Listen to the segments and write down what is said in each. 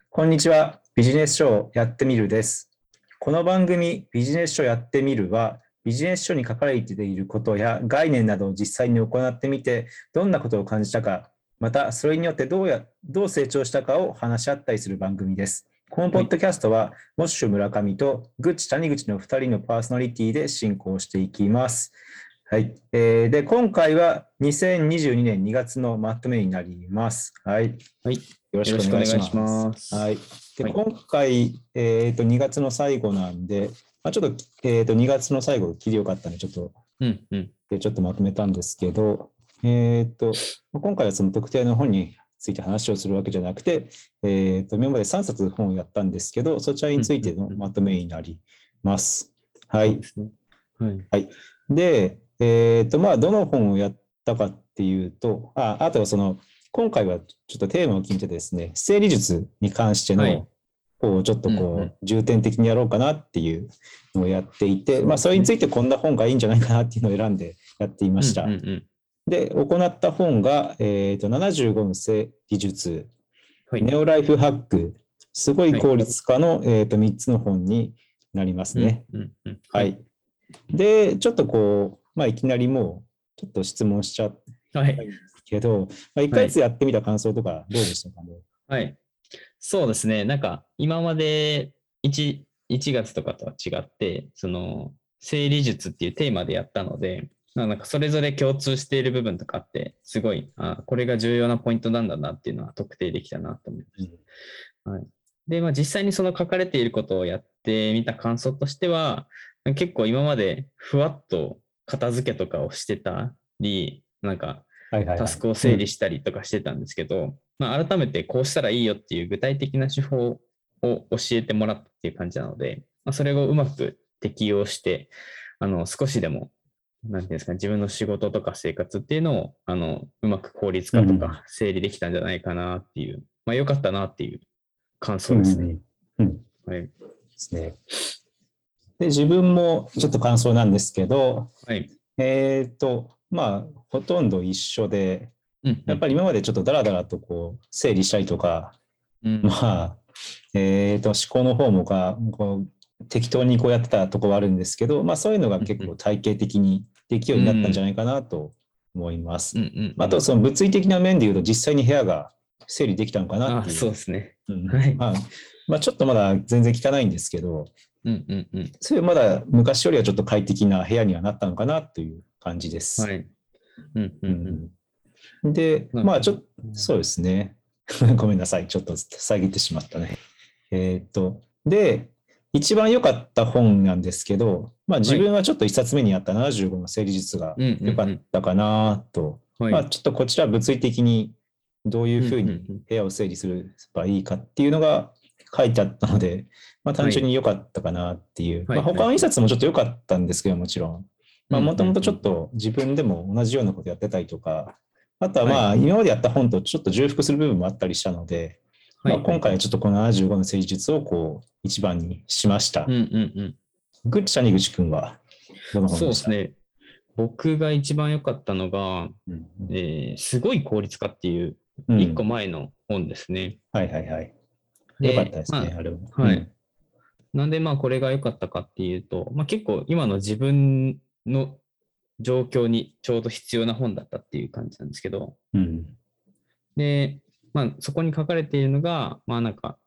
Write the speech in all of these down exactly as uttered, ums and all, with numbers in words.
こんにちは。ビジネス書をやってみるです。この番組ビジネス書やってみるは、ビジネス書に書かれていることや概念などを実際に行ってみて、どんなことを感じたか、またそれによってどうやどう成長したかを話し合ったりする番組です。このポはい。 ッドキャストは、モッシュ村上とグッチ谷口のふたりのパーソナリティで進行していきます。はい。えーで、今回はにせんにじゅうにねんにがつのまとめになります。はい。 はい。 よろしよろくお願いししくお願いします。 ます。 はい。で、 はい。 今回、えっと、にがつの最後なんで、まあ、ちょっと、えっと、にがつの最後、切りよかったんで、ちょっと、 うんうん。 でちょっとまとめたんですけど、えっと、今回はその特定の本について話をするわけじゃなくて、えっと、今までさんさつ本をやったんですけど、そちらにうんついてうんうん。 のまとめになります。はい。 そうですね。はい。 はい。で、えっと、まあ、どの本をやったかっていうと、あ、あとはその、今回はちょっとテーマを決めてですね、整理術に関してはい。 の、こう、ちょっとうんうん。 こう、重点的にやろうかなっていうのをやっていて、まあ、 そうですね。 それについてこんな本がいいんじゃないかなっていうのを選んでやっていまうんうんうした。 ん。 で、行った本が、えっと、ななじゅうごの整理術、 はい。 ネオライフハック、すごいはい。 効率化の、えっと、みっつの本になりますうんね。 うんうん。はい。 はい。で、ちょっとこう、まあ、いきなりもう、ちょっと質問しちゃったはい。 いんですけど、まあ、1 はい。 ヶ月やってみた感想とかどうでしたかね。 はい。そうですね。なんか、今まで1、いちがつとかとは違って、その、整理術っていうテーマでやったので、まあなんかそれぞれ共通している部分とかあって、すごい、あ、これが重要なポイントなんだなっていうのは特定できたなと思いましうんた。はい。で、まあ実際にその書かれていることをやってみた感想としては、結構今までふわっと片付けとかをしてたり、なんかはいはいはい。 タスクを整理うん。 したりとかしてたんですけど、まあ、改めてこうしたらいいよっていう具体的な手法を教えてもらったっていう感じなので、まあ、それをうまく適用して、あの、少しでも、なんていうんですかね、自分の仕事とか生活っていうのを、あの、うまく効率化とうん。 か整理できたんじゃないかなっていう、まあ、良かったなっていう感うん。 想ですね。 うん。うんではい。 すね。で、自分もちょっと感想なんですけど、 はい。 えっと、まあ、ほとんど一緒で、 うんうん。 やっぱり今までちょっとダラダラとこう、整理したりとか、 うん。 まあ、えっと、思考の方もが、こう、適当にこうやってたところはあるんですけど、まあそういうのが結構うん体系的にできるようになったんじゃうん。 ないかなと思います。 うんうんあうん。 とその物理的な面で言うと実際に部屋が整理できたのかなっあ、 ていう。 そうですね。 うん、 はい。 まあ、まあちょっとまだ全然聞かないんですけど、 うんうんうん。 そういうまだ昔よりはちょっと快適な部屋にはなったのかなという感じです。 はい。うんううんうん。 ん、で、 なるほど。 まあちょっと、そうですね。ごめんなさい。ちょっと遮ってしまったね。えーっと、で、一番良かった本なんですけど、まあ自はい。 分はちょっと一冊目にあったななじゅうごの整理術がうんう良かんうん。 ったかなと。 はい。 まあちょっとこちら物理的にどういううんふうにうんうん。 部屋を整理すればいいかっていうのが書いてあったので、まあ単はい。 純に良かったかなっていう。 はいはいはい。 まあ他の一冊もちょっと良かったんですけど、もちろん。まあうんもともとちょっうんうん。 と自分でも同じようなことやってたりとか、あとははい。 まあ今までやった本とちょっと重複する部分もあったりしたので、まあ、 はいはいはい。 今回はちょっとこのななじゅうごの施術をこう一番にしました。 うんうんうん。 グッチ谷口くんはどの本でした？ そうですね。僕が一番良かったのが、 うん、 えー、すごい効率化っていう一個うん。 前の本ですね。 はいはいはい。よかったで、 ですね、 まあれは。 あ、はい。 うん。 なんでまあこれが良かったかっていうと、まあ結構今の自分の状況にちょうど必要な本だったっていう感じなんですけど、 うん。 で、まあそこに書かれているのが、まあなんか、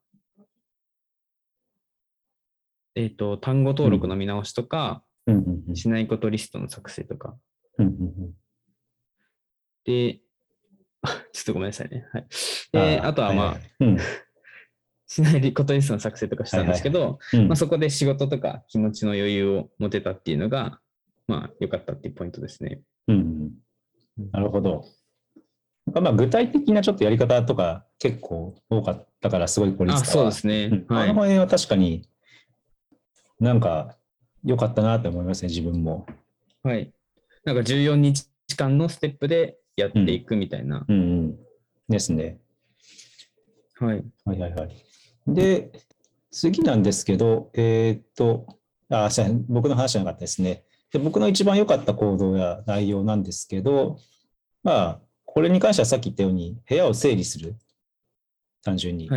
えっと、単語登録のうん。 見直しとか、 うん。うん。 しないことリストの作成とか。 うん。うん。 で、ちょっとごめんなさいね。はい。で、あああ、 とはまあ、 はいはいはい。うん。 しないことリストの作成とかしたんではいはいはい。 すけど、まあ、 うん。 そこで仕事とか気持ちの余裕を持てたっていうのが、まあ、良かったっていうポイントですね。 うん。なるほど。まあ、具体的なちょっとやり方とか結構多かったから、すごい効あ、 率化は。 そうですね。 うん。あはい。 の辺は確かになんか良かったなって思いますね、自分も。 はい。なんかじゅうよっかんのステップでやっうん。 ていくみたいな。 うん。うん。ですね。 はい。 はいはいはい。で、次なんですけど、えーっと、あ、すいません、僕の話じゃなかったですね。で、僕の一番良かった行動や内容なんですけど、まあ、これに関してはさっき言ったように、部屋を整理する、単純に。 はい。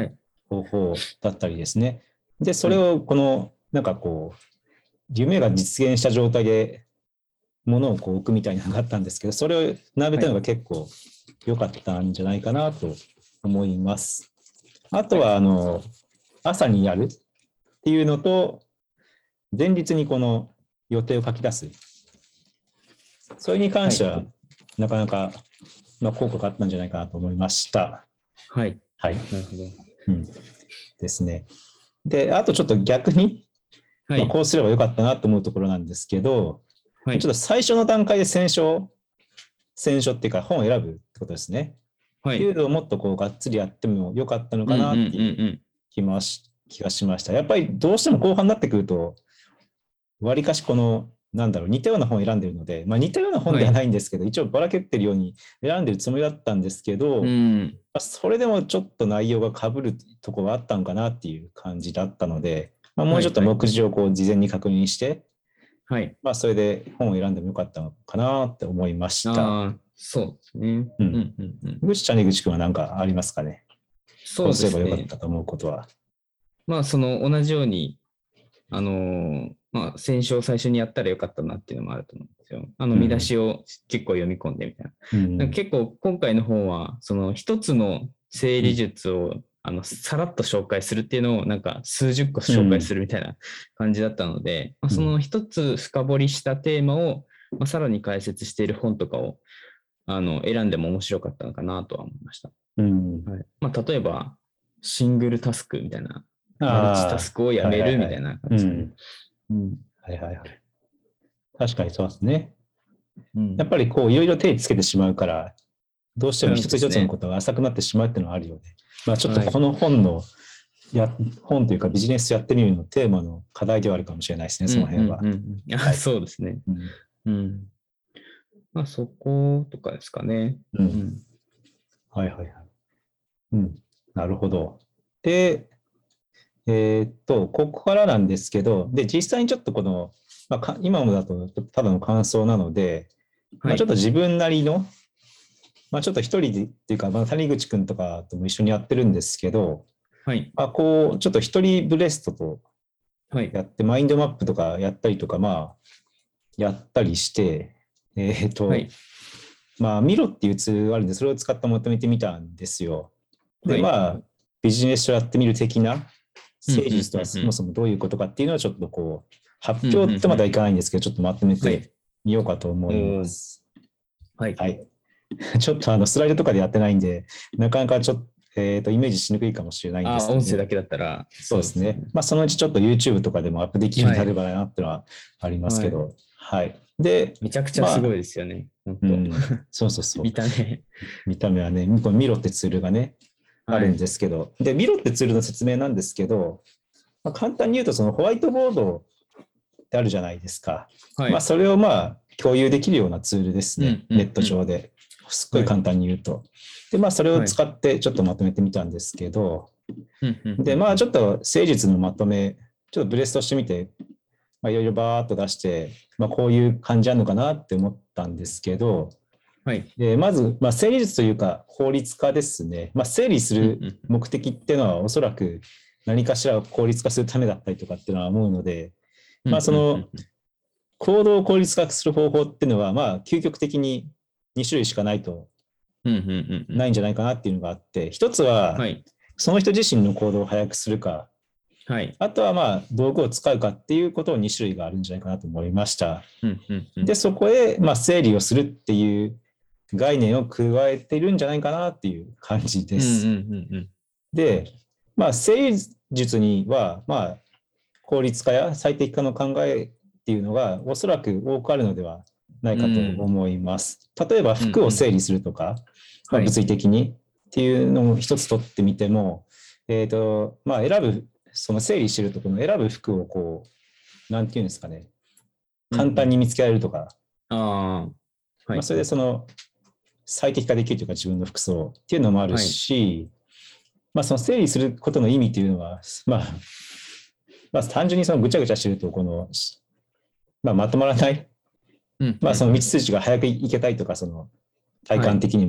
方法だったりですね。で、それをこの、なんかこう、夢が実現した状態で物をこう置くみたいなのがあったんですけど、それを並べたのが結構良かったんじゃないかなと思います。あとは、あの、朝にやるっていうのと、前日にこの予定を書き出す。それに関しては、なかなか、まあ、効果があったんじゃないかなと思いました。 はい。 はい。 なるほど。 うん。ですね。で、あとちょっと逆に、 はい。 まあ、こうすればよかったなと思うところなんですけど、 はい、 ちょっと最初の段階で選書、選書っていうか本を選ぶってことですね。 はい。 っていうのをもっとこうがっつりやってもよかったのかなっていう気もし、気がしました。やっぱりどうしても後半になってくると、わりかしこの、なんだろう、似たような本を選んでるので、まあ、似たような本ではないんですけど、はい、一応ばらけってるように選んでるつもりだったんですけど、 うん、 それでもちょっと内容が被るところがあったのかなっていう感じだったので、まあ、もうちょっと目次をこう事前に確認して、はい、まあ、それで本を選んでもよかったのかなって思いました。 ああ、そうですね。うん。うんうんうん。 ぐちちゃん、ねぐち君は何かありますかね。 そうですね。 こうすればよかったと思うことは。 まあ、その同じように、あのー、まあ、選書を最初にやったらよかったなっていうのもあると思うんですよ。あの見出しを結構読み込んでみたいな。うん、なんか結構今回の本は、その一つの整理術を、うん、あのさらっと紹介するっていうのをなんか数十個紹介するみたいな感じだったので、うん、まあ、その一つ深掘りしたテーマを、まあ、さらに解説している本とかをあの選んでも面白かったのかなとは思いました。うんはいまあ、例えばシングルタスクみたいな、マルチタスクをやめるみたいな感じで。 はいはいはい。確かにそうですね。うん、やっぱりこういろいろ手つけてしまうから、どうしても一つ一つのことが浅くなってしまうっていうのはあるよね。まあちょっとこの本のや、はい、本というかビジネスやってみるのテーマの課題ではあるかもしれないですね、その辺は。 うんうんうん、はい、そうですね。うんうんまあそことかですかね。うん。うん、 はいはいはい。うん。なるほど。で、えー、っと、ここからなんですけど、で、実際にちょっとこの、まあ、今もだとただの感想なので、まあ、ちょっと自分なりの、まあ、ちょっと一人でっていうか、まあ、谷口くんとかとも一緒にやってるんですけど、はい。まあ、こう、ちょっと一人ブレストとやって、マインドマップとかやったりとか、まあ、やったりして、えー、っと、はい、まあ、ミロっていうツールがあるんで、それを使ってまとめてみたんですよ。で、はい、まあ、ビジネス書やってみる的な、誠実とはそもそもどういうことかっていうのはちょっとこう、発表ってまだいかないんですけど、ちょっとまとめてみようかと思います。はい。はい、ちょっとあのスライドとかでやってないんで、なかなかちょっと、えー、とイメージしにくいかもしれないんですけど、 あ、音声だけだったら。 そうですね。まあ、そのうちちょっと YouTube とかでもアップできるようになればなっていうのはありますけど、はい。はい、で、 めちゃくちゃすごいですよね。まあ、 うん、そうそうそう。 見た目。 見た目はね、ミロってツールがね、あるんですけど、はい、で、ミロってツールの説明なんですけど、まあ、簡単に言うと、そのホワイトボードってあるじゃないですか。はい、まあ、それをまあ、共有できるようなツールですね。うんうんうん、ネット上で。すっごい簡単に言うと。はい、で、まあ、それを使ってちょっとまとめてみたんですけど、はい、で、まあ、ちょっと誠実のまとめ、ちょっとブレストしてみて、まあ、いろいろバーっと出して、まあ、こういう感じあるのかなって思ったんですけど、はい、でまず、まあ、整理術というか効率化ですね。まあ、整理する目的っていうのはおそらく何かしらを効率化するためだったりとかっていうのは思うので、まあ、その行動を効率化する方法っていうのは、まあ、究極的にに種類しかないと、ないんじゃないかなっていうのがあって、一つは、その人自身の行動を早くするか、はい、あとはまあ道具を使うかっていうことをに種類があるんじゃないかなと思いました。で、そこへまあ整理をするっていう概念を加えているんじゃないかなっていう感じです。で、まあ整理術にはまあ効率化や最適化の考えっていうのがおそらく多くあるのではないかと思います。例えば服を整理するとか、まあ、物理的にっていうのを一つ取ってみても、えっと、まあ選ぶその整理してるところの選ぶ服をこう、なんていうんですかね、簡単に見つけられるとか、うんあはいまあ、それでその最適化できるというか自分の服装っていうのもあるし、はいまあ、その整理することの意味っていうのは、まあ、まあ、単純にそのぐちゃぐちゃしてるとこの、まあ、まとまらない、うんまあ、その道筋が早く行けたいとか、その体感的にも、はい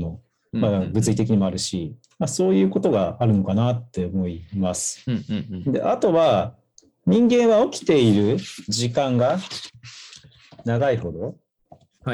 まあ、物理的にもあるし、まあ、そういうことがあるのかなって思います。 うんうんうん、 で、あとは、人間は起きている時間が長いほど、 はい。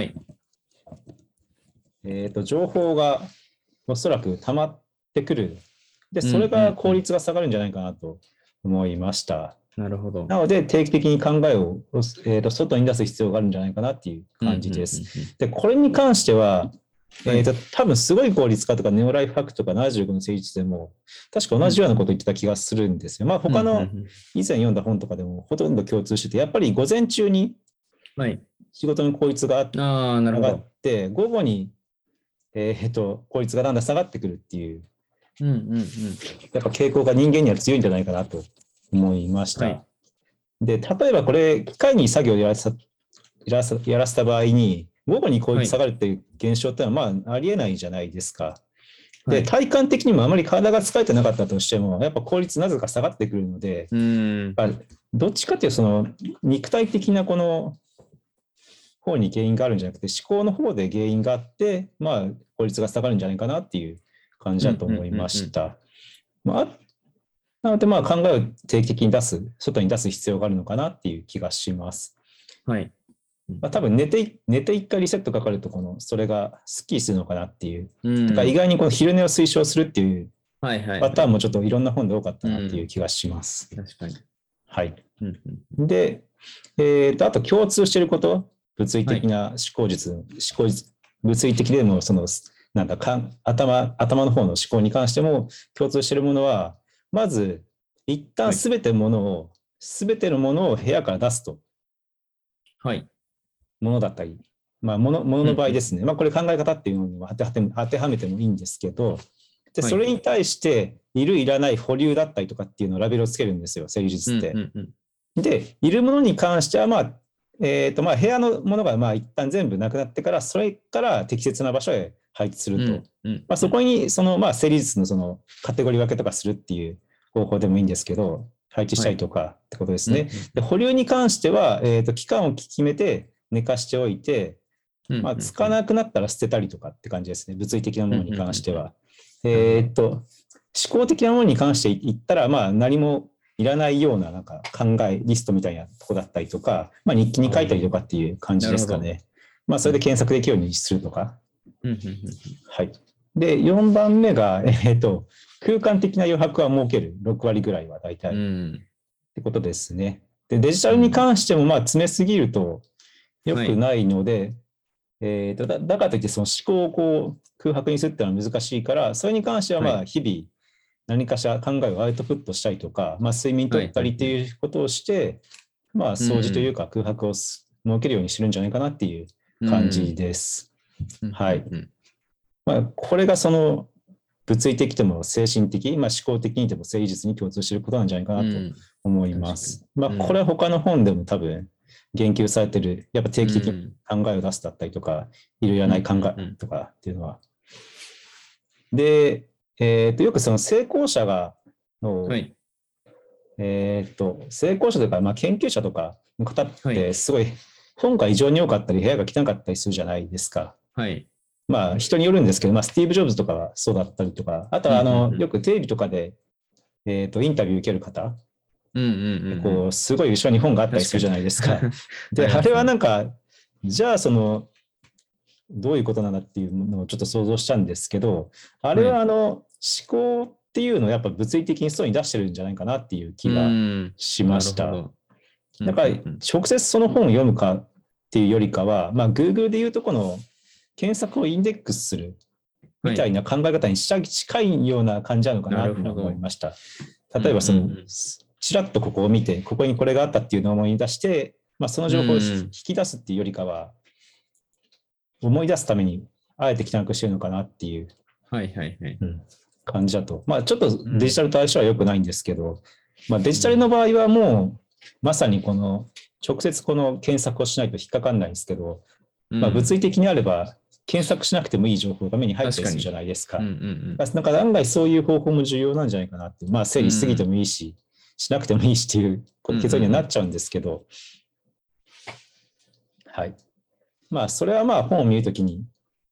えーと、情報がおそらく溜まってくる。で、それうんうんうんが効率が下がるんじゃないかなと思いました。 なるほど。 なので、定期的に考えを、えーと、外に出す必要があるんじゃないかなっていう感じです。 うんうんうんうんで、これに関しては、 はいえーと、多分すごい効率化とかネオライフハックとかななじゅうごの成立でも、確か同じようなことを言ってた気がするんですよ。まあ、他のうんうんうん以前読んだ本とかでもほとんど共通してて、やっぱり午前中にはい。 仕事の効率がああ、なる上がっほど。 て、午後に、えーと、効率がだんだん下がってくるっていう、 うんうんうん。 やっぱ傾向が人間には強いんじゃないかなと思いました。 はいで、例えばこれ、機械に作業をやらせたやらせやらせた場合に、午後に効率下がるっていう現象ってのは、まあ、ありえないじゃないですか。で、 はい。 体感的にもあまり体が疲れてなかったとしても、やっぱ効率なぜか下がってくるので、 うーん。 まあどっちかっていうと、その肉体的なこの方に原因があるんじゃなくて、思考の方で原因があって、まあ、効率が下がるんじゃないかなっていう感じだと思いました。まあ、なので、まあ、考えを定期的に出す、外に出す必要があるのかなっていう気がします。 はい。 まあ、多分寝て、寝て一回リセットかかると、この、それがスッキリするのかなっていう。 うんとか、意外にこの昼寝を推奨するっていうはいはい、はい。 パターンもちょっといろんな本で多かったなっていう気がします。 うん、確かに。 はい。 うんうん、 で、えーと、あと共通していること、物理的な思考術、はい、思考術、物理的でも、その、なんかかん頭、頭の方の思考に関しても共通しているものは、まず、一旦すべてものを、すべてのものを部屋から出すと。 はい。 ものだったり、まあ、もの、ものの場合ですね。うんうん、まあ、これ考え方っていうのにも当て当てはめてもいいんですけど、で、それに対して、いる、いらない、保留だったりとかっていうのをラベルをつけるんですよ、整理術って。うんうんうん、で、いるものに関しては、まあ、えっと、まあ、部屋のものが、まあ、一旦全部なくなってから、それから適切な場所へ配置すると。うんうん、まあ、そこに、その、まあ、整理術のその、カテゴリー分けとかするっていう方法でもいいんですけど、配置したりとかってことですね。はい、で、保留に関しては、えっと、期間を決めて寝かしておいて、まあ、つかなくなったら捨てたりとかって感じですね。物理的なものに関しては。えっと、思考的なものに関して言ったら、まあ、何もいらないような、なんか考えリストみたいなとこだったりとか、まあ、日記に書いたりとかっていう感じですかね。まあ、それで検索できるようにするとか。はい。で、よんばんめが、えっと、空間的な余白は設ける。ろく割ぐらいは大体。ってことですね。で、デジタルに関しても、まあ、詰めすぎると良くないので、はい、えー、と だ, だからといってその思考をこう空白にするっていうのは難しいから、それに関してはまあ日々何かしら考えをアウトプットしたりとか、まあ、睡眠とったりっていうことをして、まあ、掃除というか空白を設けるようにしてるんじゃないかなっていう感じです。はい。まあ、これがその物理的でも精神的、まあ、思考的にでも誠実に共通していることなんじゃないかなと思います。まあ、これは他の本でも多分言及されてる、やっぱ定期的に考えを出すだったりとか、いるいらない考えとかっていうのは。で、えー、とよくその成功者がの、はい、えー、と成功者というか、まあ、研究者とかの方ってすごい本が異常に多かったり部屋が汚かったりするじゃないですか。はい、まあ人によるんですけど、まあ、スティーブ・ジョブズとかはそうだったりとか、あとはあのよくテレビとかで、えー、とインタビュー受ける方、うんうんうん、こうすごい後ろに本があったりするじゃないですか。で、あれはなんか、じゃあそのどういうことなんだっていうのをちょっと想像したんですけど、あれはあの思考っていうのをやっぱ物理的に外に出してるんじゃないかなっていう気がしました。だから直接その本を読むかっていうよりかは、まあ Google でいうとこの検索をインデックスするみたいな考え方に近いような感じなのかなと思いました。例えばそのちらっとここを見て、ここにこれがあったっていうのを思い出して、まあ、その情報を引き出すっていうよりかは、思い出すためにあえて汚くしてるのかなっていう感じだと。まあ、ちょっとデジタルと相性は良くないんですけど、まあ、デジタルの場合はもう、まさにこの、直接この検索をしないと引っかかんないんですけど、まあ、物理的にあれば、検索しなくてもいい情報が目に入ったりするじゃないですか。なんか案外そういう方法も重要なんじゃないかなって。まあ、整理しすぎてもいいし、しなくてもいいしっていう結論にはなっちゃうんですけど、はい。まあ、それはまあ本を見るときに、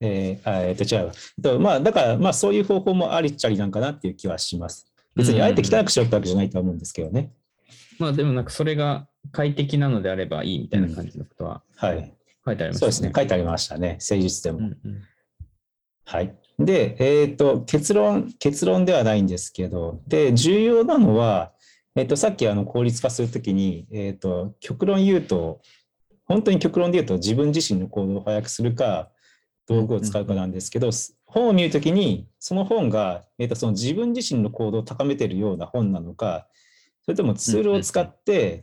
えー、あえー、と違うわ。えっとまあ、だから、まあ、そういう方法もありっちゃりなんかなっていう気はします。別にあえて汚くしろってわけじゃないとは思うんですけどね。 まあでもなんかそれが快適なのであればいいみたいな感じのことははい。 書いてありまそうですね。 したよね。 書いてありましたね。誠実でも。 うんうんはい。で、えっと、結論、結論ではないんですけど、で、重要なのは、えっと、さっきあの効率化するときに、えっと、極論言うと、本当に極論で言うと自分自身の行動を早くするか、道具を使うかなんですけど、本を見るときに、その本が、えっと、その自分自身の行動を高めているような本なのか、それともツールを使って、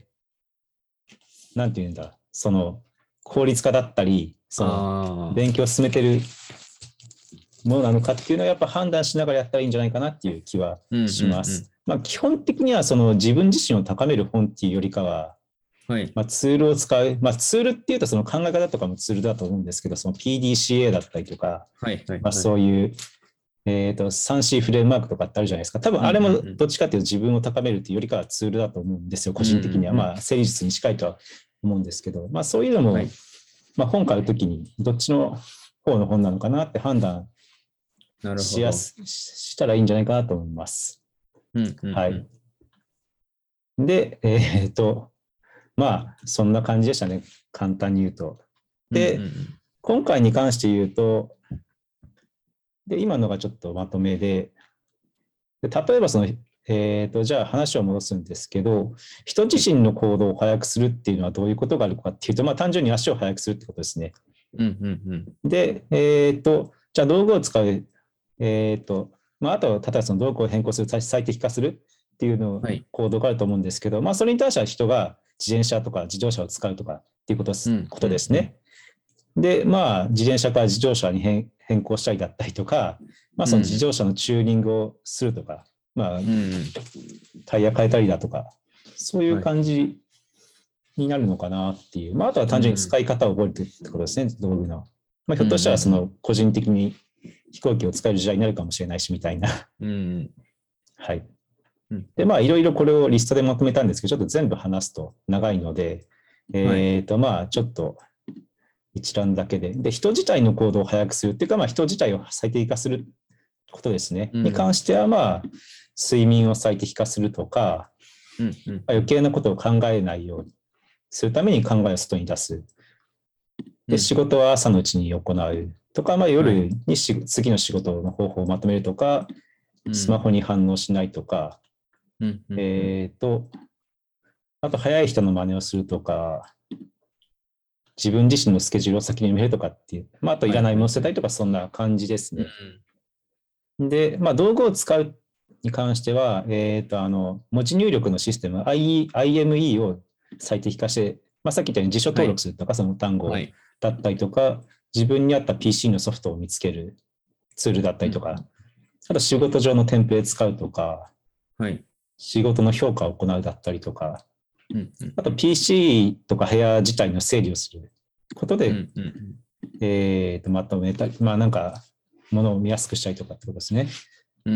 なんていうんだ、その効率化だったり、その勉強を進めてるものなのかっていうのはやっぱ判断しながらやったらいいんじゃないかなっていう気はします。まあ、基本的にはその自分自身を高める本っていうよりかは、 はいまあ、ツールを使う、まあ、ツールっていうとその考え方とかもツールだと思うんですけど、その ピーディーシーエー だったりとか、 はいはいまあ、そういう、えー、と スリーシー フレームワークとかってあるじゃないですか。多分あれもどっちかっていうと自分を高めるっていうよりかはツールだと思うんですよ、個人的には。まあ、誠実に近いとは思うんですけど、まあ、そういうのも、はい、まあ、本買うときにどっちの方の本なのかなって判断しやすしたらいいんじゃないかなと思います。 うんうんうん、 はい。で、えっ、ー、と、まあ、そんな感じでしたね。簡単に言うと。で、うんうんうん、今回に関して言うと、で、今のがちょっとまとめで、で例えばその、えっ、ー、と、じゃあ話を戻すんですけど、人自身の行動を速くするっていうのはどういうことがあるかっていうと、まあ、単純に足を速くするってことですね。 うんうんうん、 で、えっ、ー、と、じゃあ道具を使う、えっ、ー、と、まあ、あと、例えばその道具を変更する、最適化するっていうの行動があると思うんですけど、はい、まあ、それに対しては人が自転車とか自動車を使うとかっていうことです、うん、ことですね。で、まあ、自転車から自動車に変変更したりだったりとか、まあ、その自動車のチューニングをするとか、まあ、タイヤ変えたりだとか、そういう感じになるのかなっていう。まあ、あとは単純に使い方を覚えてるってことですね、道具の。まあ、ひょっとしたら、その、個人的に飛行機を使える時代になるかもしれないし、みたいな。はい。で、まあ、いろいろこれをリストでまとめたんですけど、ちょっと全部話すと長いので、えっと、まあ、ちょっと、一覧だけで。で、人自体の行動を早くするっていうか、まあ、人自体を最適化することですね。うん、に関しては、まあ、睡眠を最適化するとか、うんうんうん、余計なことを考えないようにするために考えを外に出す。で、仕事は朝のうちに行うとか、まあ、夜にし、はい、次の仕事の方法をまとめるとか、スマホに反応しないとか、うんうんうん、えっ、ー、と、あと、早い人の真似をするとか、自分自身のスケジュールを先に埋めるとかっていう、まあ、あといらないもの捨てたりとか、そんな感じですね。で、まあ、道具を使うに関しては、えっ、ー、と、あの、文字入力のシステム、アイエムイー を最適化して、まあ、さっき言ったように辞書登録するとか、はい、その単語だったりとか、はい、自分に合った ピーシー のソフトを見つけるツールだったりとか、うん、あと仕事上のテンプレ使うとか、はい、仕事の評価を行うだったりとか、うんうん、あと ピーシー とか部屋自体の整理をすることで、うんうん、えー、とまとめたり、まあなんか、ものを見やすくしたりとかってことですね。うん。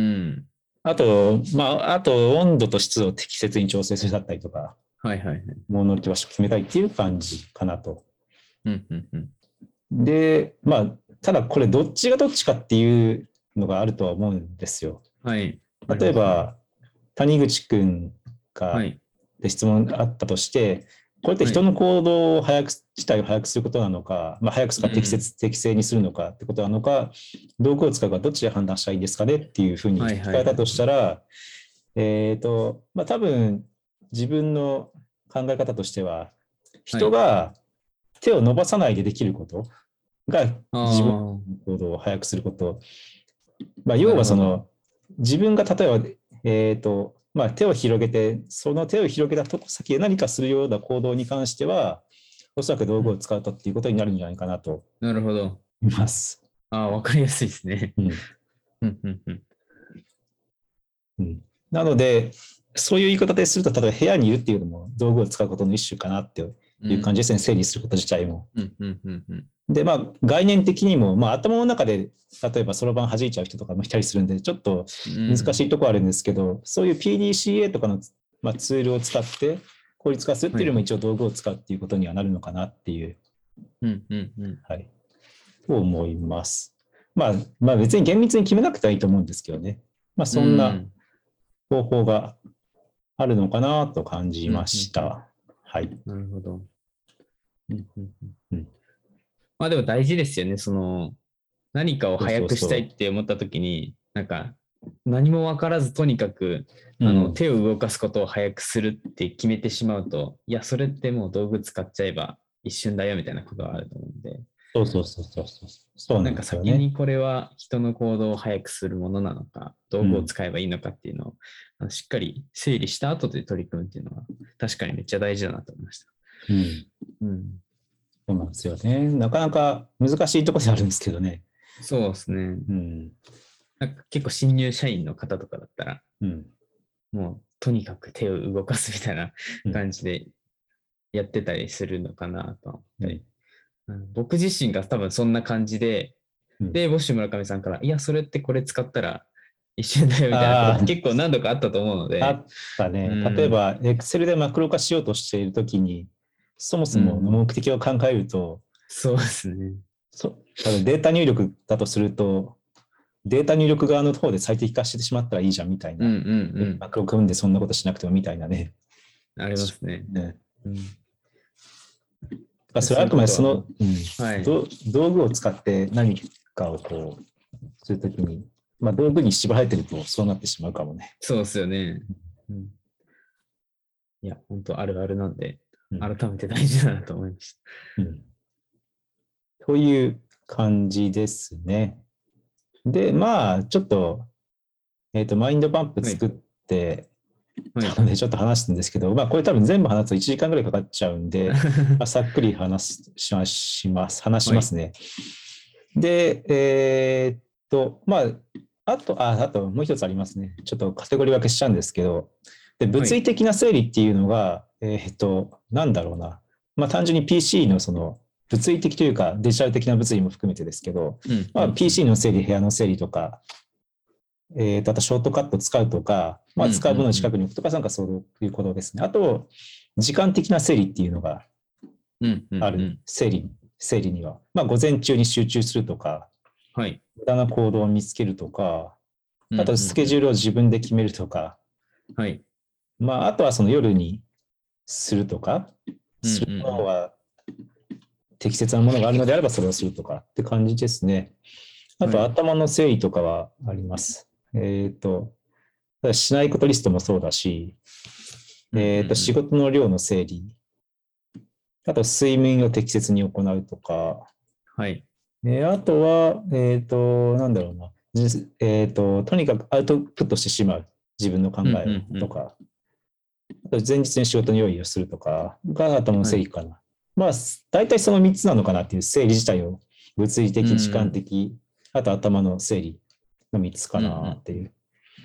あと、まあ、あと温度と湿度を適切に調整するだったりとか、はいはいはい。物の置き場所を決めたいっていう感じかなと。うんうんうん、で、まあ、ただこれどっちがどっちかっていうのがあるとは思うんですよ。はい。例えば、谷口くんがで質問があったとして、これって人の行動を早く、自体を早くすることなのか、まあ、早くするか適切、適正にするのかってことなのか、道具を使うかどっちで判断したらいいですかねっていうふうに聞かれたとしたら、えっと、まあ、多分自分の考え方としては、人が手を伸ばさないでできることが自分の行動を早くすること。まあ、要はその、自分が例えば、えっと、まあ、手を広げて、その手を広げたとこ先へ何かするような行動に関しては、おそらく道具を使うとっていうことになるんじゃないかなと。なるほど。います。ああ、わかりやすいですね。うんうんうんうんうん、なので、そういう言い方ですると、例えば部屋にいるっていうのも道具を使うことの一種かなっていう感じですね、うん、整理すること自体も。うんうんうんうん、で、まあ、概念的にも、まあ、頭の中で、例えばそろばん弾いちゃう人とかもいたりするんで、ちょっと難しいところあるんですけど、うん、そういう ピーディーシーエー とかの、まあ、ツールを使って効率化するっていうよりも一応道具を使うっていうことにはなるのかなっていう、うんうんうん、はい、と思います。 まあ、まあ別に厳密に決めなくてはいいと思うんですけどね。まあそんな方法があるのかなと感じましうんうんた。はい。 なるほど。うんうんうんうんまあでも大事ですよね。その、何かをそうそ早くしたいうそって思った時に、なんか、何も分からずとにかく、 う。うあの、 ん。 手を動かすことを早くするって決めてしまうと、いや、それってもう道具使っちゃえば一瞬だよみたいなことがあると思うんで、 そうそうそうそうそう。そうなんなんかですよね。 先にこれは人の行動を早くするものなのか、道具をうん。 使えばいいのかっていうのを、あのしっかり整理した後で取り組むっていうのは、確かにめっちゃ大事だなと思いました。 うん。 うん。 そうなんですよね。なかなか難しいところであるんですけどね。 そうですね。 うん。 なんか結構新入社員の方とかだったら、 うん。 もうとにかく手を動かすみたいなうん。 感じでやってたりするのかなと思ったり。 うん。 うん、僕自身が多分そんな感じで、 うん。 で、ボッシュ村上さんから、いや、それってこれ使ったら一瞬だよみたいなことってあ結構何度かあったと思うのあ、あで、 ったうね。例えん、 ば、Excel でマクロ化しようとしているときに、そもそものうん、 目的を考えると、 そうですね。 そ例えばデータ入力だとすると、データ入力側の方で最適化してしまったらいいじゃんみたいうん、うな。 ん、 マクロ組んでそんなことしなくてもみたいなね。 うん、ありますね。 ねうん、でそういうそれはあくことはもまでその、うん、 う、はい、 道道具を使って何かをこうするときに、まあ、道具に縛られてるとそうなってしまうかもね。 そうですよね。うん、いや、本当あるあるなんで、 うん。 改めて大事だなと思いましうん、という感じですね。で、まあ、ちょっと、えっ、と、マインドマップた。はい、 作ってはい。 たので、ちょっと話すんですけど、まあ、これ多分全部話すといちじかんぐらいかかっちゃうんで、まあ、さっくり話すしまします。話しはい、 ますね。で、えーっと、まあ、あと、あ、あともう一つありますね。ちょっとカテゴリー分けしちゃうんですけど、で物理はい、 的な整理っていうのが、えーっと、なんだろうな。まあ、単純に ピーシー のその、物理的というかデジタル的な物理も含めてですけど、 うん、 まあ、 うん、うん、 ピーシー の整理、部屋の整理とか、えーと、あとショートカット使うとか、まあ、 うん、 使うものをうん、 近くに置くとか、なんかそういうことですね。あと、時間的な整理っていうのがうん、うん、 ある、 うん、 整理、整理には。まあ、午前中に集中するとか、 はい、 無駄な行動を見つけるとか、 うん、 あとスケうん、うん、 ジュールを自分で決めるとか、 はい、 まあ、あとはその夜にするとか、 うん、うするものん、 は適切なものがあるのであればそれをするとかって感じですね。あうん、はい、 と頭の整理とかはあります。えっ、ー、と、しないことリストもそうだし、 うん、うん、 えっ、ー、と、仕うん、 事の量の整理、あと睡眠を適切に行うとか、 はい、 えー、あとは、えっ、ー、と、なんだろうな、えっ、ー、と、とにかくアウトプットしてしまう自分の考うん、 えをうん、うん、 とか、前日に仕事の用意をするとかが頭のはい、 整理かな。まあ、大体そのみっつなのかなっていう整理自体を物理う的、時間ん、 的、あと頭の整理のみっつかうん、 なってうん、 いう。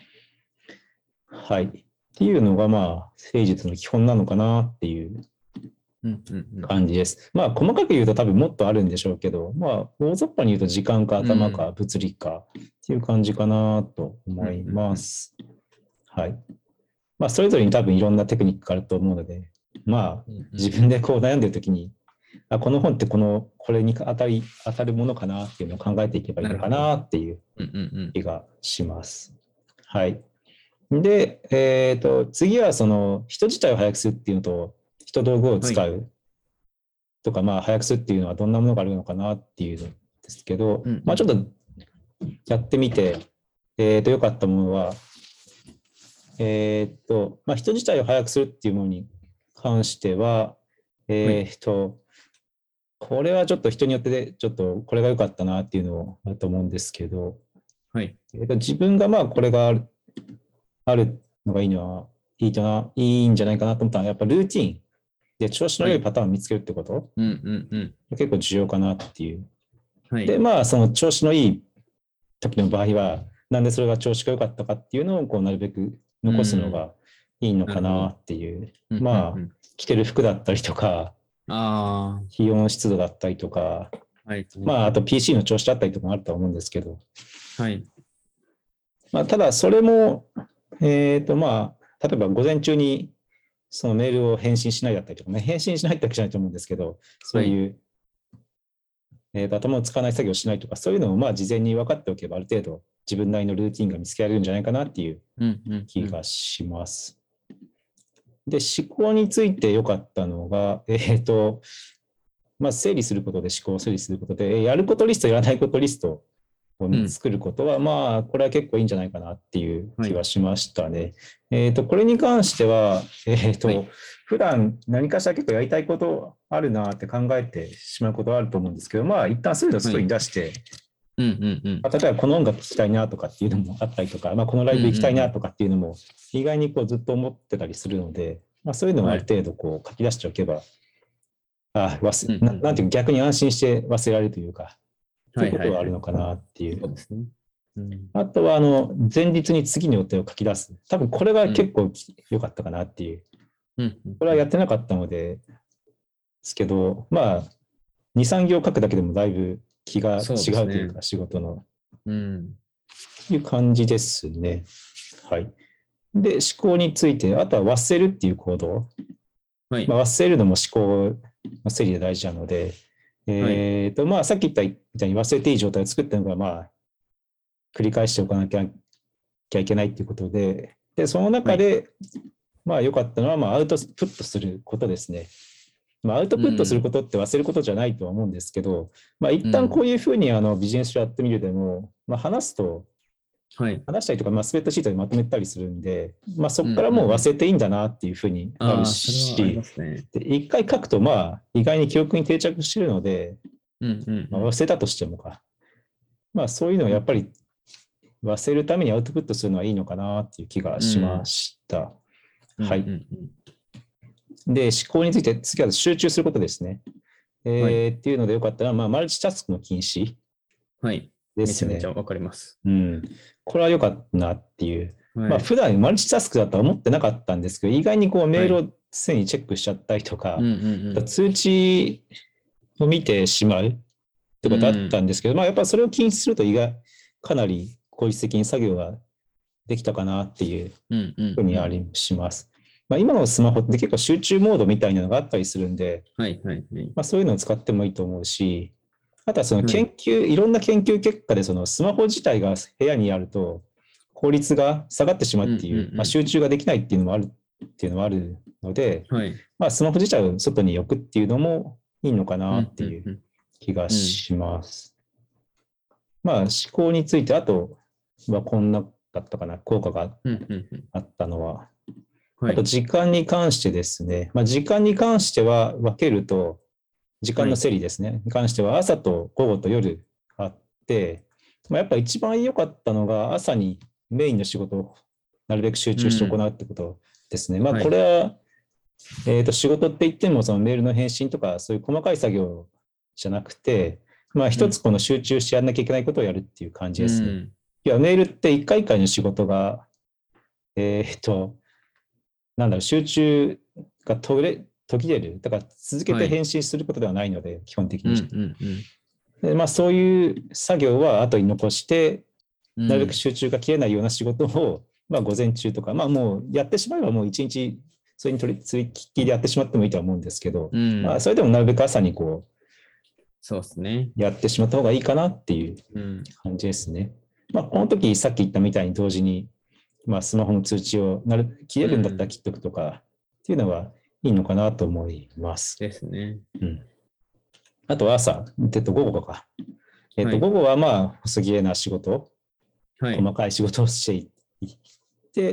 はい。っていうのがまあ、誠実の基本なのかなっていううん、うん、うん、 感じです。まあ、細かく言うと多分もっとあるんでしょうけど、まあ、大雑把に言うと時間かうん、 頭か物理かっていう感じかなと思いうん、うん、 ます。はい。まあ、それぞれに多分いろんなテクニックがあると思うので、まあ、 うん、うん、 自分でこう悩んでるときに、あ、この本ってこの、これに当たり、当たるものかなっていうのを考えていけばいいのかなるほど。 なっていううん、うん、うん、 気がします。はい。で、えっと、次はその人自体を速くするっていうのと、人道具をはい、 使うとか、まあ、速くするっていうのはどんなものがあるのかなっていうのですけど、 うん、うまあ、ちょっとん、 やってみて、えっと、良かったものは、えっと、まあ、人自体を速くするっていうものに関しては、 はい、 えっと、これはちょっと人によってで、ちょっとこれが良かったなっていうのをあると思うんですけど、 はい、 えっと、自分がまあこれがあるあるのがいいのは、いいかな、いいんじゃないかなと思ったのは、やっぱルーティンで調子のはい、 良いパターンを見つけるってことうん、うん、うん、 結構重要かなっていう。で、 はい、 まあ、その調子のいい時の場合は、なんでそれが調子が良かったかっていうのを、こう、なるべくう残すのん、 がいいのなるほど。 かなっていう。 うん、うん、うまあ、 ん。 着てる服だったりとか、 あ気温、湿度だったりとか、 あ、はい、 まあ、あと ピーシー の調子だったりとかもあると思うんですけど、 はい、 まあ、ただ、それも、えっと、まあ、例えば午前中にそのメールを返信しないだったりとかね、返信しないってわけじゃないと思うんですけど、そはい、 ういう、 えーと頭を使わない作業をしないとか、そういうのをまあ事前に分かっておけば、ある程度自分なりのルーティンが見つけられるんじゃないかなっていううんうんうん気がします。で、思考について良かったのが、えっ、と、まあ、整理することで思考を整理することで、やることリスト、やらないことリストをうん作ることは、まあ、これは結構いいんじゃないかなっていう気はいはしましたね。えっ、と、これに関しては、えっ、と、 はい普段何かしら結構やりたいことあるなって考えてしまうことはあると思うんですけど、まあ、一旦そういうのを外に出して、 うんうんうんまあ例えばこの音楽聴きたいなとかっていうのもあったりとか、まあ、このライブ行きたいなとかっていうのも意外にこうずっと思ってたりするので、まあ、そういうのをある程度こう書き出しておけば、あ忘うんうんうんななんていうか逆に安心して忘れられるというか、そういうことがあるのかはいなっていう。 そうですね。うんあとはあの前日に次の予定を書き出す。多分これが結構良かったかなっていう。 うんうんこれはやってなかったので、ですけど、まあ、に、さん行書くだけでもだいぶ気がそう違ですね。 うというか、仕事の。 うんいう感じですね。はい。で、思考について、あとは忘れるっていう行動。 はいまあ、忘れるのも思考の整理で大事なので、えっ、と、まあ、さっき言ったみたいに忘れていい状態を作ったのが、まあ、繰り返しておかなきゃいけないっていうことで、で、その中で、まあ、良かったのは、まあ、アウトプットすることですね。まあ、アウトプットすることって忘れることじゃないとは思うんですけど、まあ、一旦こういうふうにあのビジネス書やってみるでも、まあ、話すと、 はい話したりとか、まあ、スプレッドシートでまとめたりするんで、まあ、そこからうんうんうんもう忘れていいんだなっていうふうになるああ、それはありまし、 すね。 で一回書くと、まあ、意外に記憶に定着しているので、 うんうんまあ、 うん忘れたとしてもか、まあ、そういうのをやっぱり忘れるためにアウトプットするのはいいのかなっていう気がしました。はい。 うんうんで、思考について、次は集中することですね。えーはいっていうのでよかったら、まあ、マルチタスクの禁止はい。 ですね。 めちゃめちゃわかります。 うん。これは良かったなっていう。 はいまあ、普段マルチタスクだとは思ってなかったんですけど、意外にこうメールを常にチェックしちゃったりとか、 うんうんうん通知を見てしまうってことあったんですけど、まあ、やっぱそれを禁止すると意外、かなり効率的に作業ができたかなっていううんうんふうにありします。まあ、今のスマホって結構集中モードみたいなのがあったりするんで、 はいはいはい。 まあ、そういうのを使ってもいいと思うし、あとはそのはい研究、いろんな研究結果でそのスマホ自体が部屋にあると効率が下がってしまうっていう、 うんうんうんまあ、集中ができないっていうのもあるっていうのもあるので、 はい。 まあ、スマホ自体を外に置くっていうのもいいのかうなんっていううんうん気がします。まあ、思考について、あとはこんなだったかな、効果がうんうんうんあったのは。 はいあと、時間に関してですね、まあ、時間に関しては分けると、時間の整理ですね、に関しては朝と午後と夜あって、まあ、やっぱ一番良かったのが朝にメインの仕事をなるべく集中して行うってことですね。まあはいこれは、えーと仕事って言ってもそのメールの返信とかそういう細かい作業じゃなくて、まあ一つこの集中してやんなきゃいけないことをやるっていう感じですね。 うんいやメールって一回一回の仕事が、えっと、なんだろう、集中が途切れ途切れる。だから続けて返信することではないので、基本的うんうに。 んうんでまあ、そういう作業は後に残して、 うんなるべく集中が切れないような仕事を、まあ、午前中とか、まあ、もうやってしまえばもう一日、それに取り付きでやってしまってもいいとは思うんですけど、 うんまあ、それでもなるべく朝にこそうですね。 うやってしまった方がいいかなっていううん感じですね。まあ、この時さっき言ったみたいに同時に、まあ、スマホの通知をなる切れるんだったら切っておくとかっていうのはいいのかなと思います。 ですね。 うんあとは朝、えっと、午後とか。えっと、 はい午後はまあ、細切れな仕事、 はい。 細かい仕事をしていって、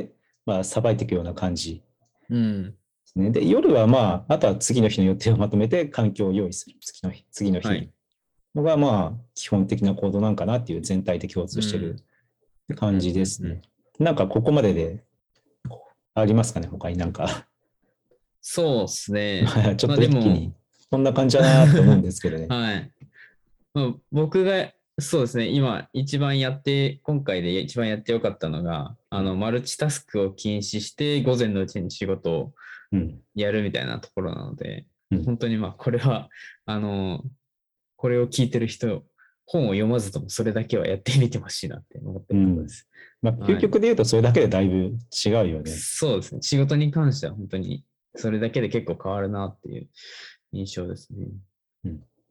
まあ、さばいていくような感じうんですね。で、夜はまあ、あとは次の日の予定をまとめて環境を用意する。次の日、次の日はいのがまあ、基本的な行動なんかなっていう全体で共通してる感じですうんうんね。なんかここまででありますかね、他になんか。 そうですね。 ちょっまあでもと一気に、こんな感じだなと思うんですけどね。 はい。まあ、僕が、そうですね、今一番やって、今回で一番やってよかったのが、あの、マルチタスクを禁止して、午前のうちに仕事をうん。 やるみたいなところなので、 うん本当にまあ、これは、あの、これを聞いてる人、本を読まずともそれだけはやってみてほしいなって思ってるところです。 まあ、究極で言うとそれだけでだいぶ違うよね。 そうですね。仕事に関しては本当にそれだけで結構変わるなっていう印象ですね。 うん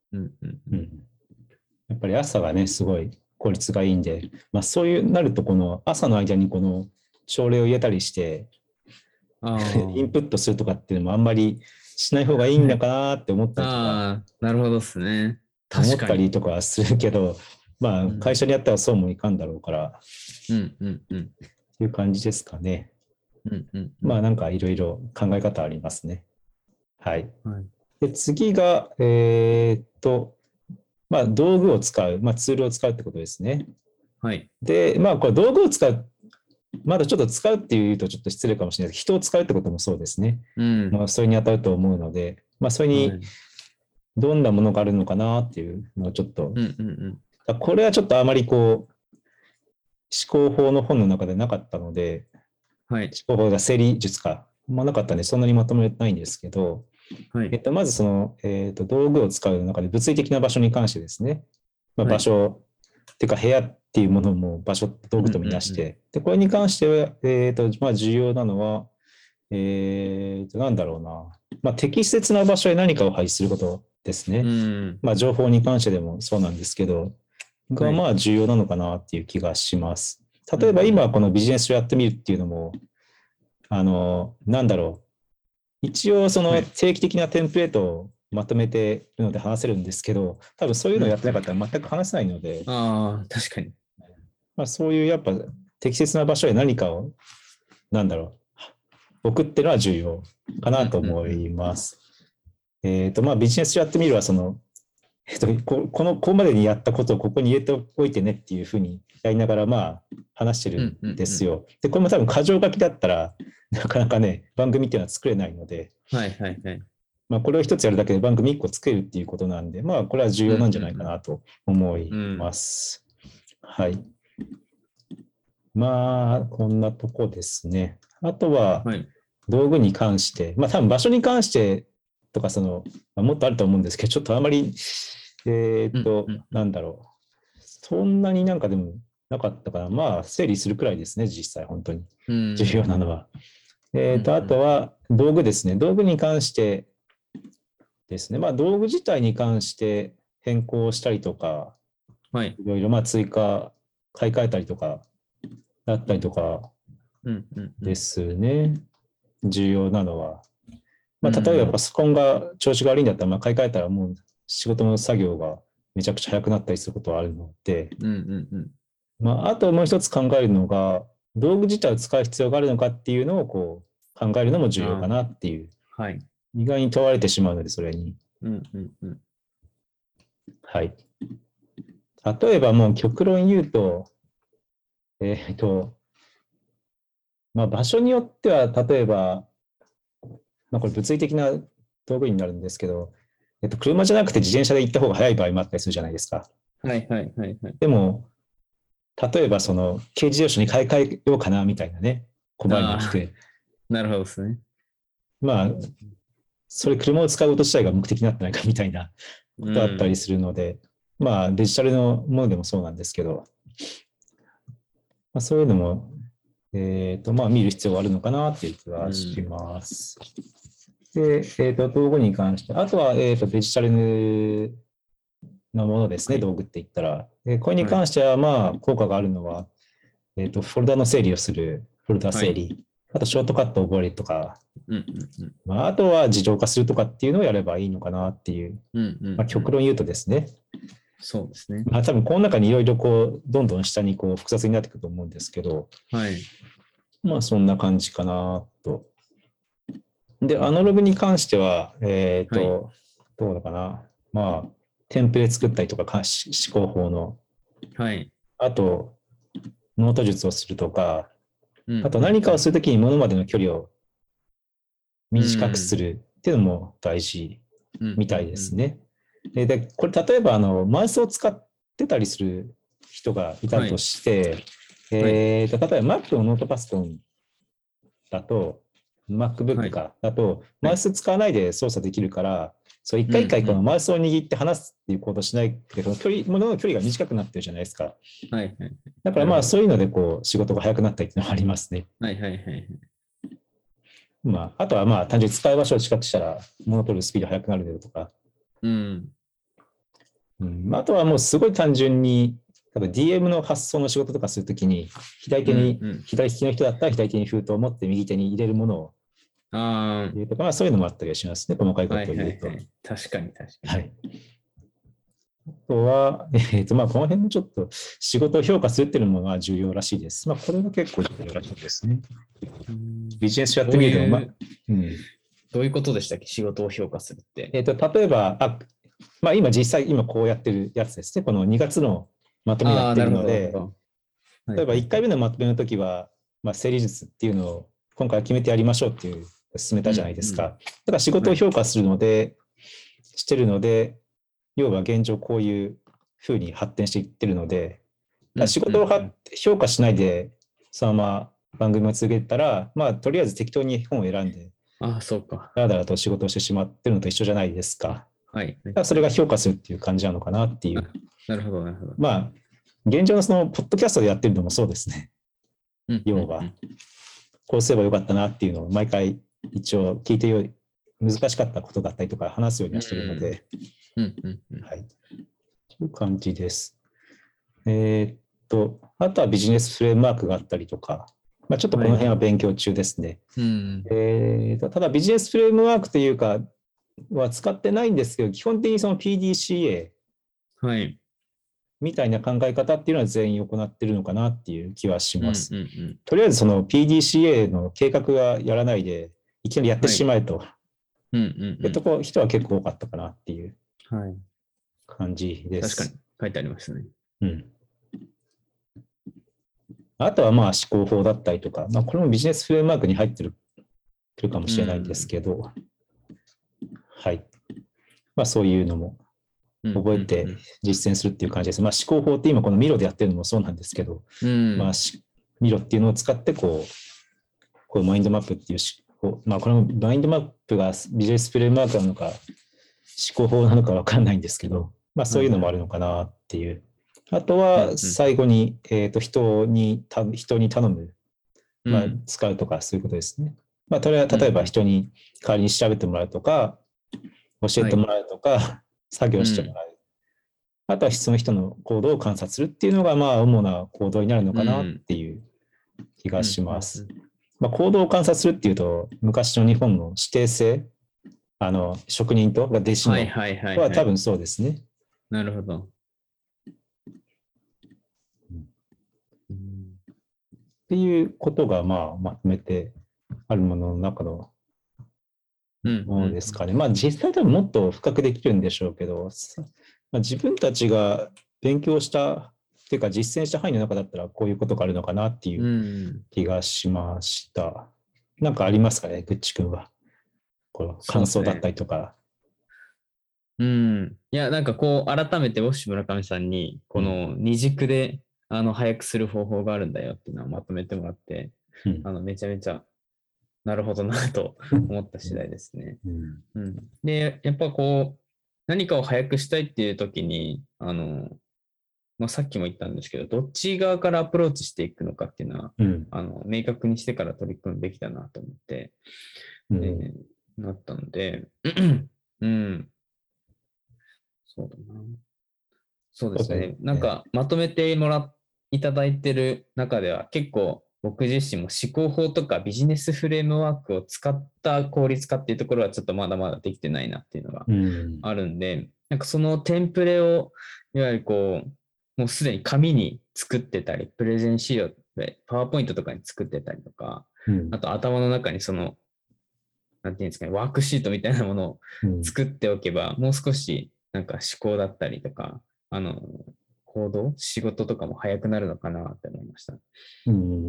うんうんううんん、やっぱり朝がね、すごい効率がいいんで、まあ、そういうなると、この朝の間にこの朝礼を入れたりして、 あインプットするとかっていうのもあんまりしない方がいいあ、はい。 んだかなって思ったりとか、 ああ、なるほどですね。 思った確かに。 りとかするけど、まあ、会うん、 社にやったらそうもいかんだろうから、 うんうんうん。 っていう感じですかね。 うんうんうん。 まあ、なんかいろいろ考え方ありますね。はい。 はい。 で、次が、えーっと、まあ、道具を使う、まあ、ツールを使うってことですね。 はい。 で、まあ、これ道具を使う、まだちょっと使うっていうとちょっと失礼かもしれないですけど、人を使うってこともそうですね。 うん。 まあ、それに当たると思うので、まあ、それにはい。 どんなものがあるのかなっていうのをちょっと、 うんうんうん。 これはちょっとあまりこう、思考法の本の中でなかったので、 はい。 思考法が整理術か、まあ、なかったんで、そんなにまとめてないんですけど、 はい。 えっと、まずその、えっと、道具を使う中で物理的な場所に関してですね、まあ、 はい。 場所っていうか部屋っていうものも場所、道具とみうんうんうん。 なして、で、これに関しては、えっと、まあ、重要なのは、えっと、なんだろうな、まあ、適切な場所へ何かを配置することですうね。 ん。 まあ、情報に関してでもそうなんですけど、がはい。 まあ重要なのかなっていう気がします。 うん例えばうん今このビジネスをやってみるっていうのも、あの、なんだろう。一応そのはい。 定期的なテンプレートをまとめているので話せるんですけど、多分そういうのをやってなかうんうん。 ったら全く話せないので、 ああ、確かに。 まあ、そういうやっぱ適切な場所へ何かを、なんだろう、置くっていうのは重要かなとうんうんうん。 思います。えっ、と、まあビジネスやってみるはその、えっと、ここの、ここまでにやったことをここに入れておいてねっていうふうにやりながら、まあ、話してるんうんうんうん。 ですよ。で、これも多分、箇条書きだったら、なかなかね、番組っていうのは作れないので、 はいはいはい。 まあ、これを一つやるだけで番組一個作れるっていうことなんで、まあ、これは重うん要なんじゃないかうんなと思いうん。うまん。 す。はい。まあ、こんなとこですね。あとは、 はい。 道具に関して、まあ、多分場所に関してとか、その、まあ、もっとあると思うんですけど、ちょっとあまり、えっと、 うんうんうん。 なんだろう。そんなになんかでもなかったかな。まあ、整理するくらいですね、実際、本当に。 う重要なのんは。えっと、あうんうん。 とは、道具ですね。道具に関してですね。まあ、道具自体に関して変更したりとか、 はい。 いろいろ、まあ、追加、買い替えたりとか、だったりとかうんうんうでん。 すね。重要なのは。 うまあ、例えばパん。 ソコンが調子が悪いんだったら、まあ、買い替えたらもう仕事の作業がめちゃくちゃ早くなったりすることはあるので、 うんうんうん。 まあ、あともう一つ考えるのが、道具自体を使う必要があるのかっていうのをこう考えるのも重要かあなっていう、 あ、はい。 意外に問われてしまうので、それに。 うんうんうん。 はい。例えばもう極論言うと、えっと、まあ、場所によっては、例えば、まあ、これ物理的な道具になるんですけど、えっと、車じゃなくて自転車で行った方が早い場合もあったりするじゃないですか。 はいはいはいはい。 でも、例えばその軽自動車に買い替えようかなみたいなね、小場合には聞ああ、 く。 なるほどですね。 まあ、それ車を使うこと自体が目的になってないかみたいなうことあったりん。 するので、まあデジタルのものでもそうなんですけど、まあ、そういうのも、えっ、と、まあ見る必要があるのかなっていう気うはしん。 ます。で、えっ、と、道具に関して、あとは、えっ、と、デジタルのものですね、 はい。 道具って言ったら。でこれにはい。 関しては、まあ、効果があるのは、えっ、と、フォルダの整理をする、フォルダはい。 整理。あと、ショートカットを覚えるとか、 うんうんうん。 まあ、あとは自動化するとかっていうのをやればいいのかなっていう、 うんうまあ、 んうん。 極論言うとですね、 そうですね。 まあ、多分この中にいろいろこう、どんどん下にこう複雑になっていくと思うんですけど、 はい。 まあそんな感じかなと。で、 うんアナログに関しては、えっ、 はい。 と、どうだかな。まあ、テンプレ作ったりとか、か思考法の、 はい。 あと、ノート術をするとか、 うんあとうんうん。 何かをするときに物までの距離をう短くすん。 るっていうのも大事うんみたいうんうん。 ですね。で、これ例えばあの、マウスを使ってたりする人がいたとはい。 して、 はい。 えーと、例えば Mac のノートパソコンだと、 は MacBook い。 か、だと、 はい。 マウス使わないで操作できるから、そう、一う回一回このんうん。 マウスを握って離すっていうことをしないけど、距離、ものの距離が短くなってるじゃないですか。 はいはい。 だからなるほど。 まあそういうのでこう仕事が早くなったりっていうのはありますね。 はいはいはいはい。 まあ、あとはまあ単純に使い場所を近くしたら物を取るスピード速くなるとか、 うん。 うんまあ、あとはもうすごい単純に、多分 ディーエム の発送の仕事とかするときに、左手に、 うんうん、 左利きの人だったら左手に封筒を持って右手に入れるものをあ入れるとか、まあ、そういうのもあったりしますね、細かいあ、 こはいとを言うと。 はいはい。確かに確かに。 はい。あとは、えーとまあ、この辺もちょっと仕事を評価するっていうのもまあ重要らしいです。まあ、これは結構重要らしいですね。 うんビジネスやっどうてみると、まあいう、 うん、 どういうことでしたっけ仕事を評価するって。 えーと例えば、あまあ、今実際今こうやってるやつですね。このにがつのまとめやああ、 ってなるほど、なるほるので、 ど。はい例えば1 はいはい。 回目のまとめの時は、まあ、整理術っていうのを今回決めてやりましょうっていう進めたじゃないですか。だから仕事を評価するので、してるので、要は現状こういうふうに発展していってるので、仕事を評価しないで、そのまま番組を続けたら、まあ、とりあえず適当に本を選んで、 ああ、そうか。 だらだらと仕事をしてしまってるのと一緒じゃないですか。 はい。 だからそれが評価するっていう感じなのかなっていう。 なるほど、なるほど。 まあ、現状のその、ポッドキャストでやってるのもそうですね。要は、こうすればよかったなっていうのを毎回一応聞いてよい、難しかったことだったりとか話すようにはしてるので、はい。という感じです。えー、っと、あとはビジネスフレームワークがあったりとか、まあ、ちょっとこの辺は勉強中ですね。 はいうんえー、とただビジネスフレームワークというかは使ってないんですけど、基本的にその ピーディーシーエーはい。 みたいな考え方っていうのは全員行ってるのかなっていう気はします。 うんうんうん、 とりあえずその ピーディーシーエー の計画はやらないで、いきなりやってしまえと、 うんうんうん、 いうとこ人は結構多かったかなっていうはい、 感じです。 確かに書いてありましたね。 うん。あとはまあ思考法だったりとか、まあ、これもビジネスフレームワークに入ってるかもしれないんですけど、はい。まあそういうのも覚えて実践するっていう感じです。まあ思考法って今このミロでやってるのもそうなんですけど、 うんまあミロっていうのを使ってこう、こうマインドマップっていう思考、まあこのマインドマップがビジネスフレームワークなのか、思考法なのかわかんないんですけど、まあそういうのもあるのかなっていう。あとは最後に、えっと人に、人に頼む、まあ使うとかそういうことですね。まあ例えば人に代わりに調べてもらうとか、教えてもらうとか、はい、作業してもらう。あとはその人の行動を観察するっていうのが、まあ、主な行動になるのかなっていう気がします。まあ、行動を観察するっていうと、昔の日本の指定性、あの、職人と弟子のは多分そうですね。 なるほど。 っていうことが、まあ、まとめてあるものの中のものですかね。まあ、実際多分もっと深くできるんでしょうけど、まあ、自分たちが勉強したっていうか実践した範囲の中だったらこういうことがあるのかなっていう気がしました。うん、なんかありますかね、ぐっちくんは。この感想だったりとか。 う、ね、うん。いや、なんかこう、改めてウォッシュ村上さんに、この二軸で、うん、あの、早くする方法があるんだよっていうのをまとめてもらって、うん、あの、めちゃめちゃ、なるほどなと思った次第ですね。うんうん、で、やっぱこう、何かを早くしたいっていう時に、あの、まあ、さっきも言ったんですけど、どっち側からアプローチしていくのかっていうのは、うん、あの明確にしてから取り組むべきだなと思って、うんえー、なったので、うん、そうだな。そうですね。なんか、まとめてもらいただいてる中では、結構僕自身も思考法とかビジネスフレームワークを使った効率化っていうところはちょっとまだまだできてないなっていうのがあるんで、うん、なんかそのテンプレを、いわゆるこう、もうすでに紙に作ってたり、プレゼン資料で、パワーポイントとかに作ってたりとか、うん、あと頭の中にその、なんていうんですかね、ワークシートみたいなものを作っておけば、うん、もう少しなんか思考だったりとか、あの、行動、仕事とかも早くなるのかなって思いました。 うん、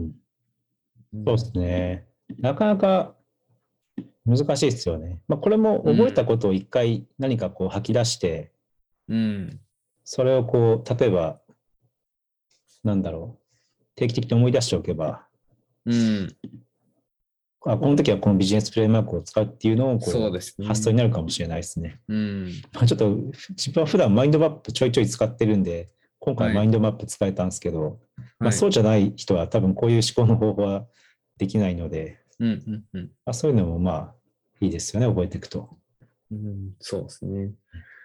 そうですね。なかなか難しいですよね。まあ、これも覚えたことを一回何かこう吐き出して、うん、それをこう、例えば、なんだろう、定期的に思い出しておけば、うん、あこの時はこのビジネスフレームワークを使うっていうのをこうそうです、ね、発想になるかもしれないですね。うん、ちょっと自分は普段マインドマップちょいちょい使ってるんで、今回マインドマップ使えたんですけど、はいまあ、そうじゃない人は多分こういう思考の方法はできないので、うんうんうんまあ、そういうのもまあいいですよね、覚えていくと。 うん、そうですね。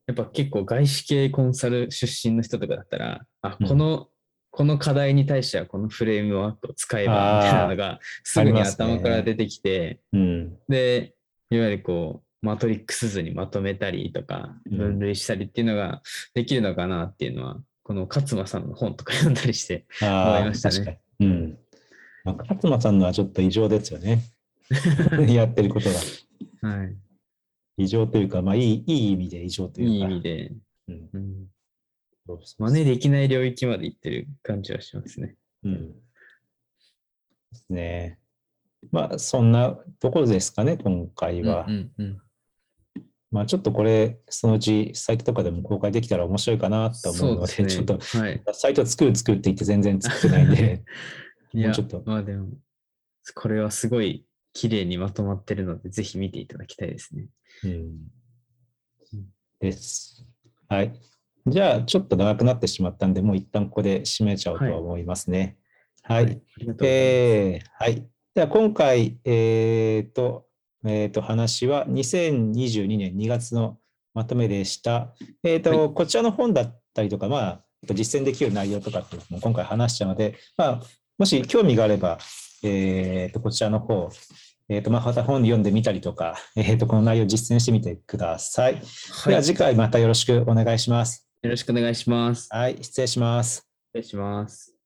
やっぱ結構外資系コンサル出身の人とかだったら、あ、 うんこの、この課題に対してはこのフレームワークを使えばみたいなのあがすあ、あぐにります頭から出ね。 てきて、 うん。 で、いわゆるこう、マトリックス図にまとめたりとか、 うん分類したりっていうのができるのかなっていうのは、この勝間さんの本とか読んだりして思いああ、 ましたね。 確かに。うん。まあ、勝間さんのはちょっと異常ですよね。やってることが。 はい。 異常というか、まあ、いい、いい意味で異常といういい意か。 味で、 うん。 うん、 そうそう真似できない領域まで行ってる感じはしますね。 うん。ですね。まあ、そんなところですかね、今回うんは。 うんうん。 まあ、ちょっとこれ、そのうちサイトとかでも公開できたら面白いかなと思うそうので、ちょっですね。 とはい。 サイト作る作るって言って全然作ってないんで、 いや、 もうちょっと、 まあでも、これはすごい綺麗にまとまってるので、ぜひ見ていただきたいですね。 うん、 うんです。はい。じゃあ、ちょっと長くなってしまったんで、もう一旦ここで締めちゃおうはい。 と思いますね。ははい。 い。 ありがとうございます。 えー、はい。では、今回、えっと、えっと、話はにせんにじゅうにねんにがつのまとめでした。えっはい。 と、こちらの本だったりとか、まあ、実践できる内容とかっていうのも今回話したので、まあ、もし興味があれば、えっと、こちらの方、えっと、まあ、また本読んでみたりとか、えっと、この内容を実践してみてください。 はい。 では、次回またよろしくお願いします。 よろしくお願いします。 はい、失礼します。 失礼します。